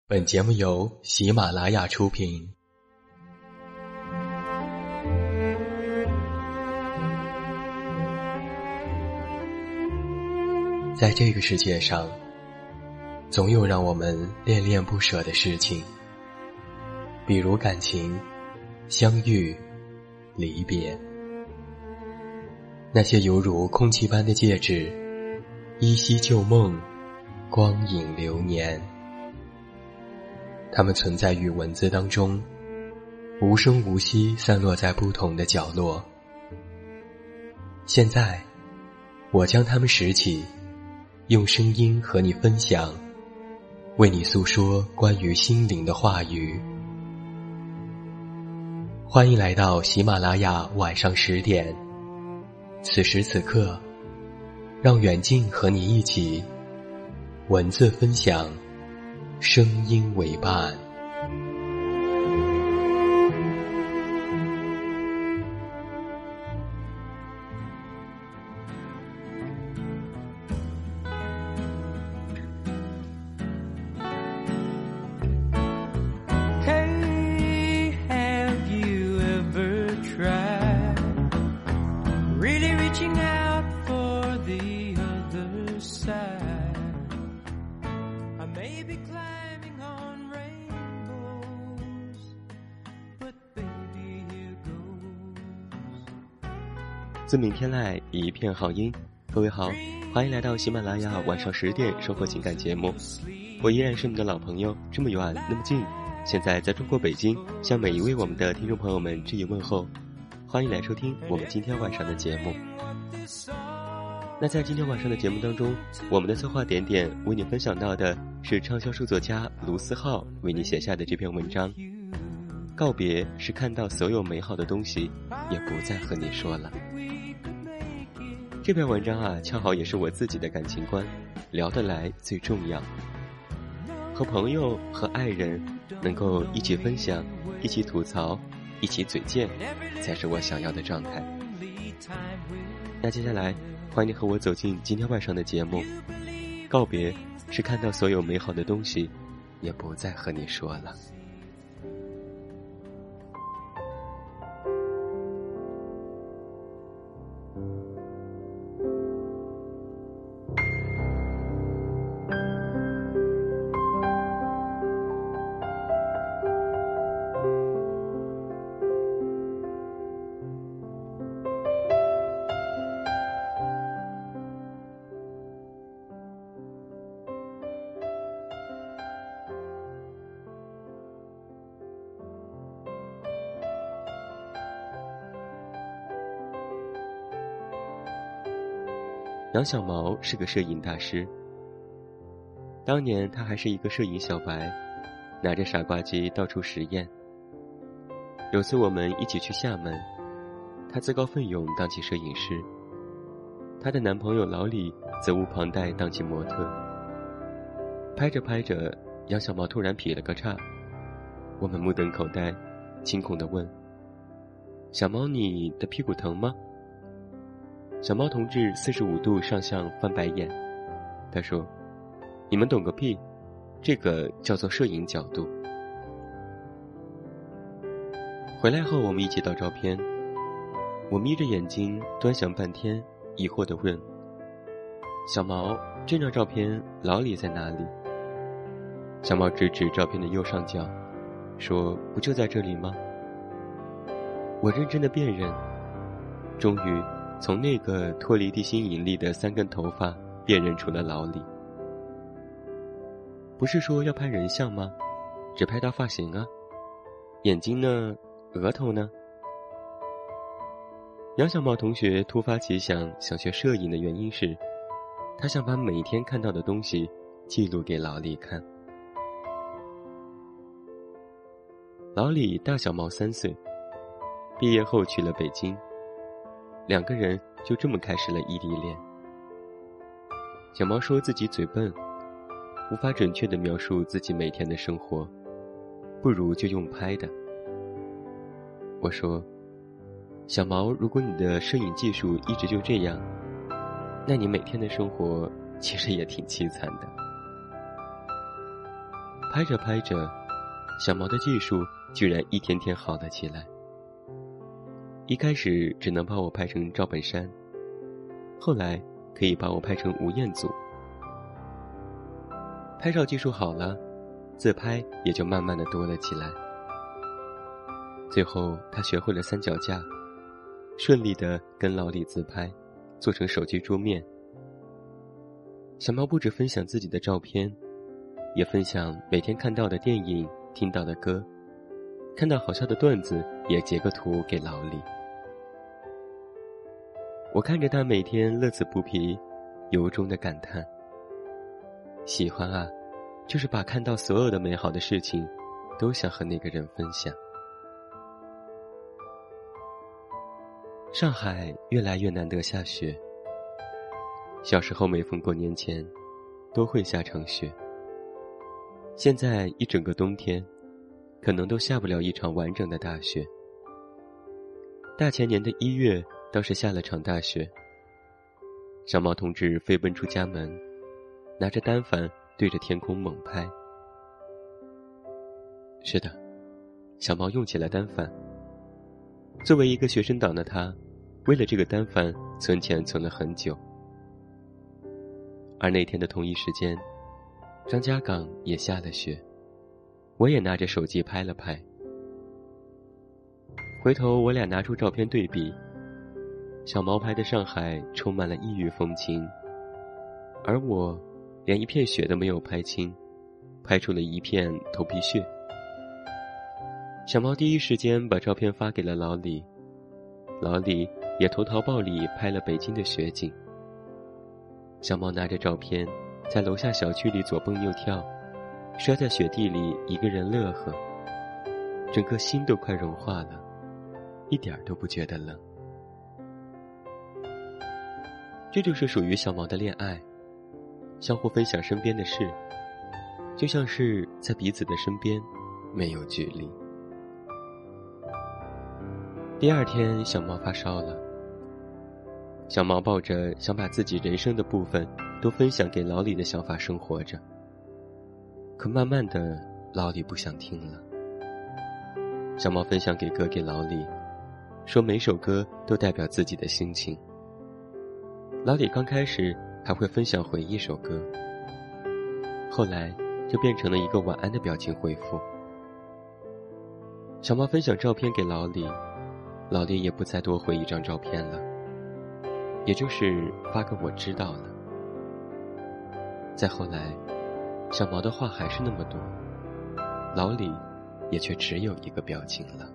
本节目由喜马拉雅出品。在这个世界上，总有让我们恋恋不舍的事情，比如感情、相遇、离别。那些犹如空气般的戒指，依稀旧梦，光影流年。它们存在于文字当中，无声无息散落在不同的角落。现在，我将它们拾起，用声音和你分享，为你诉说关于心灵的话语。欢迎来到喜马拉雅晚上10点，此时此刻，让远近和你一起文字分享，声音为伴。 自鸣天籁，一片好音。各位好，欢迎来到喜马拉雅晚上10点生活情感节目。我依然是你的老朋友，这么远那么近。现在在中国北京，向每一位我们的听众朋友们致以问候，欢迎来收听我们今天晚上的节目。那在今天晚上的节目当中，我们的策划点点为你分享到的是畅销书作家卢思浩为你写下的这篇文章。告别是看到所有美好的东西，也不再和你说了。这篇文章啊，恰好也是我自己的感情观，聊得来最重要。和朋友和爱人能够一起分享，一起吐槽，一起嘴贱，才是我想要的状态。那接下来，欢迎你和我走进今天晚上的节目。告别是看到所有美好的东西，也不再和你说了。杨小毛是个摄影大师。当年他还是一个摄影小白，拿着傻瓜机到处实验。有次我们一起去厦门，他自告奋勇当起摄影师，他的男朋友老李责无旁贷当起模特。拍着拍着，杨小毛突然劈了个叉，我们目瞪口呆，惊恐地问：小毛，你的屁股疼吗？小猫同志45度上向翻白眼，他说：你们懂个屁，这个叫做摄影角度。回来后我们一起倒照片，我眯着眼睛端详半天，疑惑地问：小毛，这张照片老李在哪里？小猫指指照片的右上角，说：不就在这里吗？我认真的辨认，终于从那个脱离地心引力的3根头发辨认出了老李。不是说要拍人像吗？只拍到发型啊，眼睛呢？额头呢？杨小茂同学突发奇想想学摄影的原因是，他想把每一天看到的东西记录给老李看。老李大小毛3岁，毕业后去了北京，2个人就这么开始了异地恋。小毛说自己嘴笨，无法准确地描述自己每天的生活，不如就用拍的。我说：小毛，如果你的摄影技术一直就这样，那你每天的生活其实也挺凄惨的。 拍着拍着，小毛的技术居然一天天好了起来。一开始只能把我拍成赵本山，后来可以把我拍成吴彦祖。拍照技术好了，自拍也就慢慢的多了起来。最后他学会了三脚架，顺利的跟老李自拍，做成手机桌面。小毛不止分享自己的照片，也分享每天看到的电影、听到的歌，看到好笑的段子也截个图给老李。我看着他每天乐此不疲，由衷的感叹：喜欢啊，就是把看到所有的美好的事情都想和那个人分享。上海越来越难得下雪，小时候每逢过年前都会下场雪，现在一整个冬天可能都下不了一场完整的大雪。大前年的1月倒是下了场大雪，小毛同志飞奔出家门，拿着单反对着天空猛拍。是的，小毛用起了单反。作为一个学生党的他，为了这个单反存钱存了很久。而那天的同一时间，张家港也下了雪，我也拿着手机拍了拍。回头我俩拿出照片对比，小毛拍的上海充满了异域风情，而我连一片雪都没有拍清，拍出了一片头皮屑。小毛第一时间把照片发给了老李，老李也投桃报李拍了北京的雪景。小毛拿着照片在楼下小区里左蹦右跳，摔在雪地里一个人乐呵，整个心都快融化了，一点都不觉得冷。这就是属于小毛的恋爱，相互分享身边的事，就像是在彼此的身边，没有距离。第二天，小毛发烧了。小毛抱着想把自己人生的部分都分享给老李的想法生活着，可慢慢的，老李不想听了。小毛分享给老李，说每首歌都代表自己的心情。老李刚开始还会分享回一首歌，后来就变成了一个晚安的表情回复。小毛分享照片给老李，老李也不再多回一张照片了，也就是发个我知道了。再后来，小毛的话还是那么多，老李也却只有一个表情了。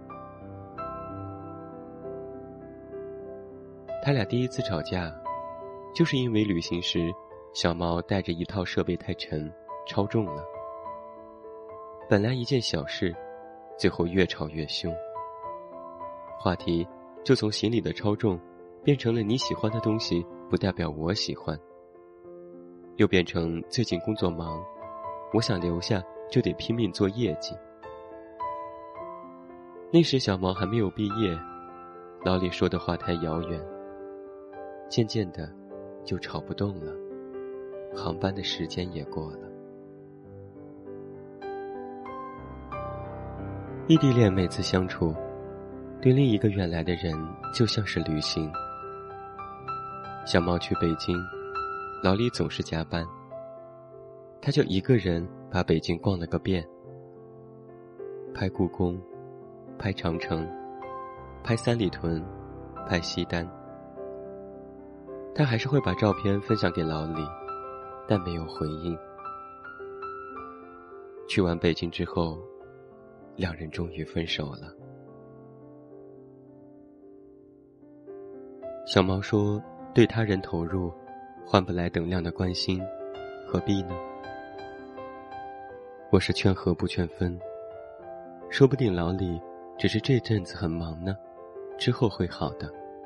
他俩第一次吵架，就是因为旅行时小毛带着一套设备太沉，超重了。本来一件小事，最后越吵越凶。话题就从行李的超重变成了你喜欢的东西不代表我喜欢，又变成最近工作忙，我想留下就得拼命做业绩。那时小毛还没有毕业，老李说的话太遥远，渐渐的就吵不动了，航班的时间也过了。异地恋每次相处，对另一个远来的人就像是旅行。小毛去北京，老李总是加班，他就一个人把北京逛了个遍，拍故宫，拍长城，拍三里屯，拍西单。他还是会把照片分享给老李，但没有回应。去完北京之后，两人终于分手了。小毛说，对他人投入，换不来等量的关心，何必呢？我是劝和不劝分，说不定老李只是这阵子很忙呢，之后会好的。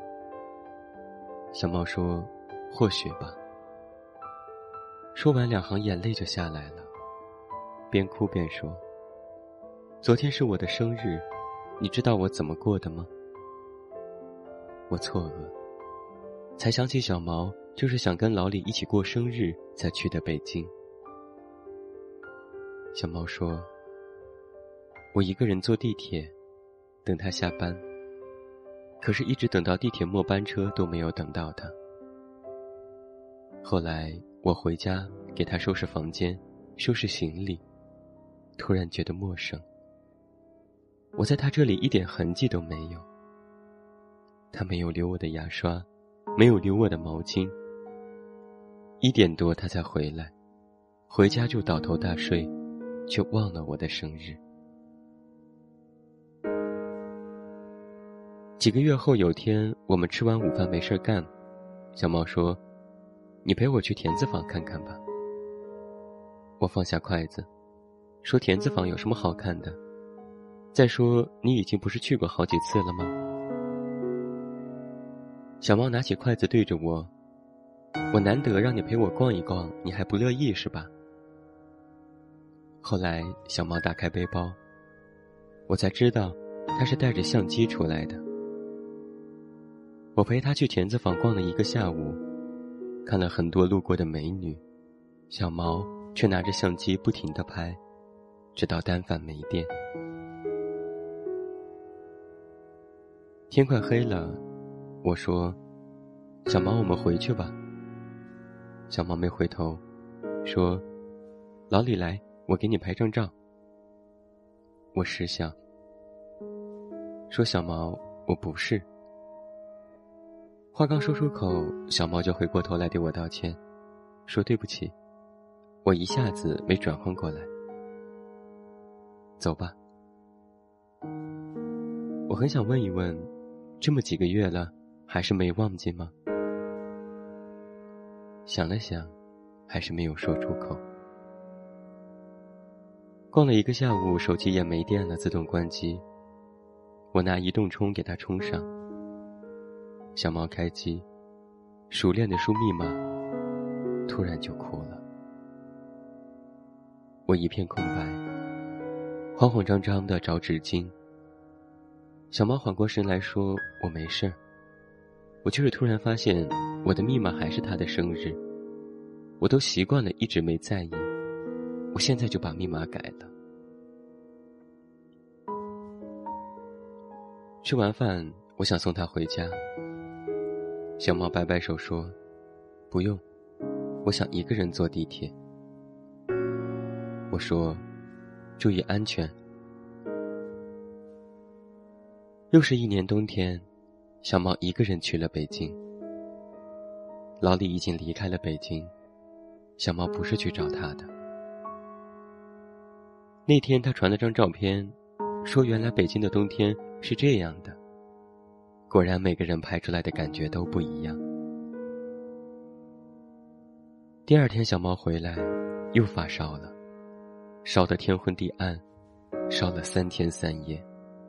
小毛说，或许吧。说完2行眼泪就下来了，边哭边说，昨天是我的生日，你知道我怎么过的吗？我错愕，才想起小毛就是想跟老李一起过生日才去的北京。 小毛说，我一个人坐地铁等他下班，可是一直等到地铁末班车都没有等到他。后来我回家给他收拾房间，收拾行李，突然觉得陌生。我在他这里一点痕迹都没有，他没有留我的牙刷，没有留我的毛巾。1点多他才回来，回家就倒头大睡，却忘了我的生日。几个月后有天，我们吃完午饭没事干，小毛说，你陪我去田子坊看看吧。我放下筷子，说田子坊有什么好看的？再说你已经不是去过好几次了吗？小毛拿起筷子对着我，我难得让你陪我逛一逛，你还不乐意是吧？后来小毛打开背包，我才知道他是带着相机出来的。我陪他去田子坊逛了1个下午，看了很多路过的美女，小毛却拿着相机不停地拍，直到单反没电。天快黑了，我说，小毛我们回去吧。小毛没回头，说，老李来，我给你拍张照。我失笑，说，小毛我不是。话刚说出口，小毛就回过头来对我道歉，说对不起，我一下子没转换过来。走吧。我很想问一问，这么几个月了，还是没忘记吗？想了想，还是没有说出口。逛了1个下午，手机也没电了，自动关机。我拿移动充给它充上。小毛开机，熟练的输密码，突然就哭了。我一片空白，慌慌张张的找纸巾。小毛缓过神来说，我没事，我就是突然发现我的密码还是他的生日，我都习惯了一直没在意，我现在就把密码改了。吃完饭，我想送他回家。小毛摆摆手说，不用，我想一个人坐地铁。我说，注意安全。又是1年冬天，小毛一个人去了北京。老李已经离开了北京，小毛不是去找他的。那天他传了张照片，说原来北京的冬天是这样的。果然每个人拍出来的感觉都不一样。第2天小毛回来，又发烧了，烧得天昏地暗，烧了3天3夜。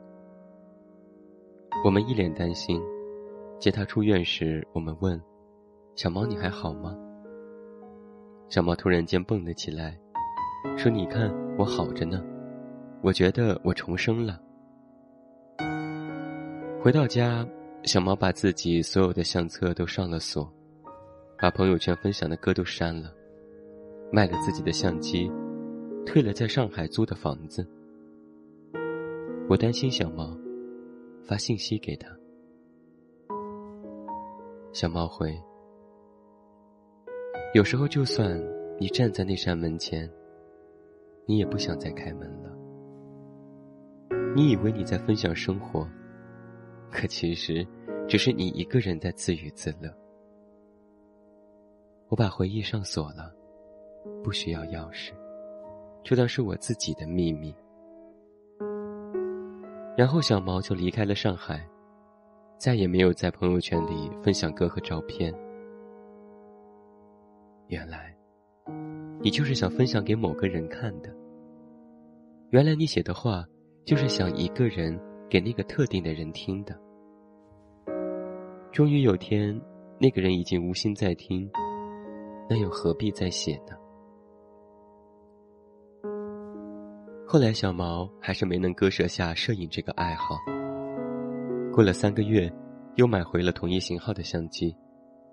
我们一脸担心，接他出院时，我们问，小毛你还好吗？小毛突然间蹦了起来，说，你看我好着呢，我觉得我重生了。回到家，小毛把自己所有的相册都上了锁，把朋友圈分享的歌都删了，卖了自己的相机，退了在上海租的房子。我担心小毛，发信息给他。小毛回，有时候就算你站在那扇门前，你也不想再开门了。你以为你在分享生活，可其实只是你一个人在自娱自乐。我把回忆上锁了，不需要钥匙，这当是我自己的秘密。然后小毛就离开了上海，再也没有在朋友圈里分享歌和照片。原来你就是想分享给某个人看的，原来你写的话就是想一个人给那个特定的人听的。终于有天，那个人已经无心再听，那又何必再写呢？后来小毛还是没能割舍下摄影这个爱好，过了3个月，又买回了同一型号的相机。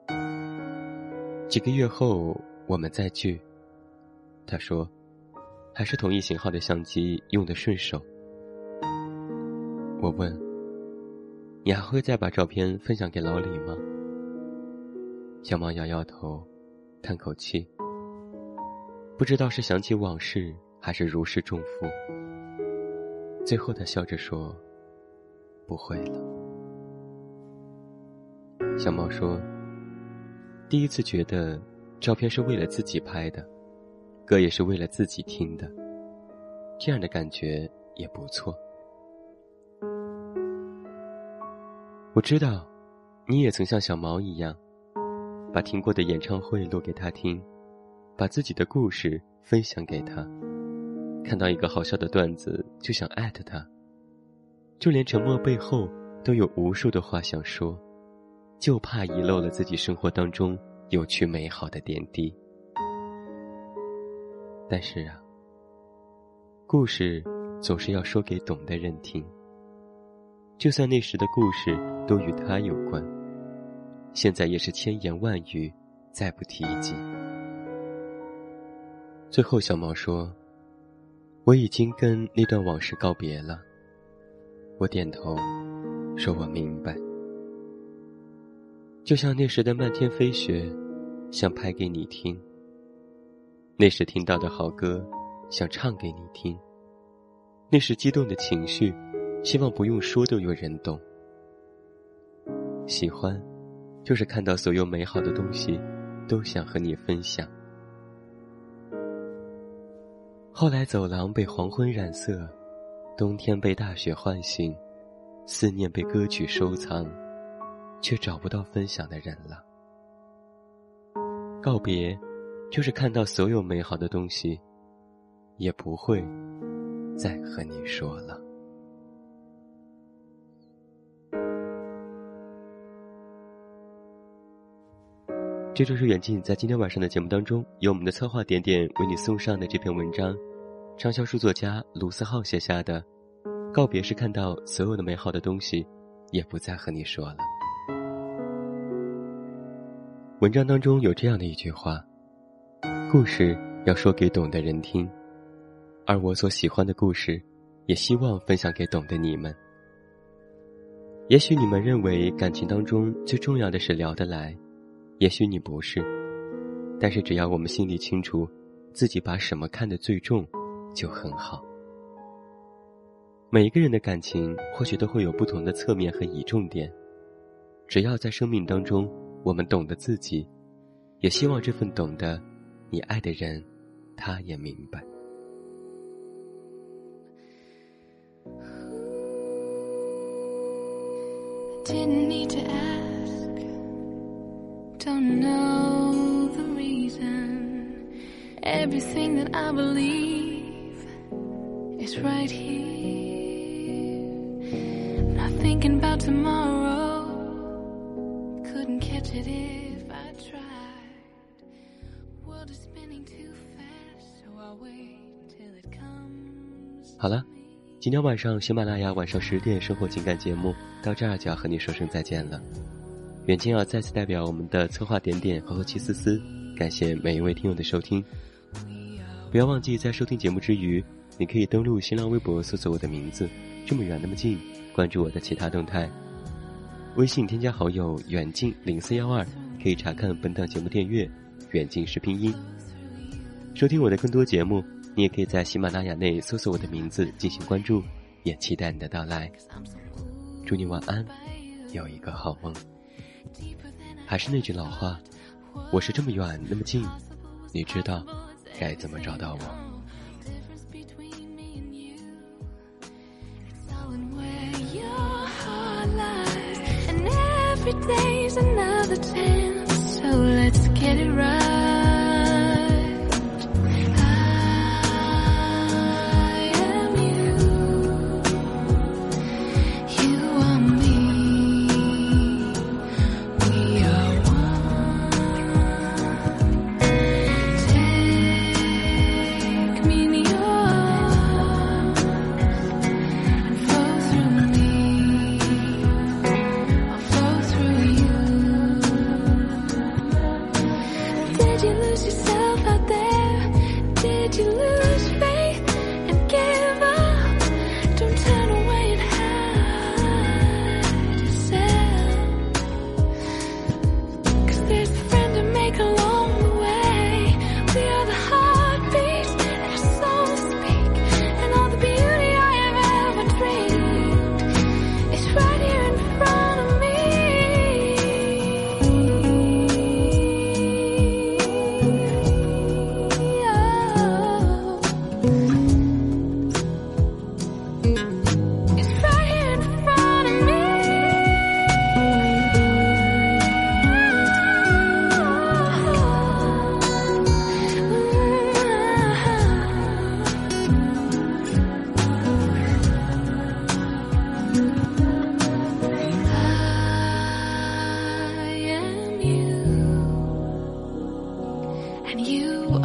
几个月后我们再聚，他说， 还是同一型号的相机用得顺手？我问，你还会再把照片分享给老李吗？小毛摇摇头，叹口气，不知道是想起往事，还是如释重负。最后他笑着说，不会了。小毛说，第一次觉得照片是为了自己拍的，歌也是为了自己听的，这样的感觉也不错。我知道你也曾像小毛一样，把听过的演唱会录给他听，把自己的故事分享给他，看到一个好笑的段子就想艾特他，就连沉默背后都有无数的话想说，就怕遗漏了自己生活当中有趣美好的点滴。但是啊，故事总是要说给懂的人听，就算那时的故事都与他有关，现在也是千言万语再不提及。最后小毛说，我已经跟那段往事告别了。我点头说，我明白。就像那时的漫天飞雪，想拍给你听，那时听到的好歌，想唱给你听，那时激动的情绪，希望不用说都有人懂。喜欢就是看到所有美好的东西都想和你分享。后来走廊被黄昏染色，冬天被大雪唤醒，思念被歌曲收藏，却找不到分享的人了。告别就是看到所有美好的东西，也不会再和你说了。这就是远近在今天晚上的节目当中，由我们的策划点点为你送上的这篇文章，畅销书作家卢思浩写下的告别是看到所有的美好的东西，也不再和你说了。文章当中有这样的一句话，故事要说给懂的人听，而我所喜欢的故事，也希望分享给懂的你们。也许你们认为感情当中最重要的是聊得来，也许你不是，但是只要我们心里清楚自己把什么看得最重，就很好。每一个人的感情或许都会有不同的侧面和倚重点，只要在生命当中我们懂得自己，也希望这份懂得你爱的人他也明白。 Didn't need to ask, don't know the reason. Everything that I believe is right here. Not thinking about tomorrow, couldn't catch it if I tried. World is spinning too fast, so I'll wait till it comes. 好了，今天晚上喜马拉雅晚上10点生活情感节目到这儿就要和你说声再见了。远近要再次代表我们的策划点点和后期思思，感谢每一位听友的收听。不要忘记在收听节目之余，你可以登录新浪微博搜索我的名字这么远那么近，关注我的其他动态。微信添加好友远近0412，可以查看本档节目订阅，远近是拼音。收听我的更多节目，你也可以在喜马拉雅内搜索我的名字进行关注，也期待你的到来。祝你晚安，有一个好梦。还是那句老话，我是这么远那么近，你知道该怎么找到我。 Every day's another chance, so let's get it right. I am you, you are me, we are one. Take me in your arms and flow through me. I'll flow through you. you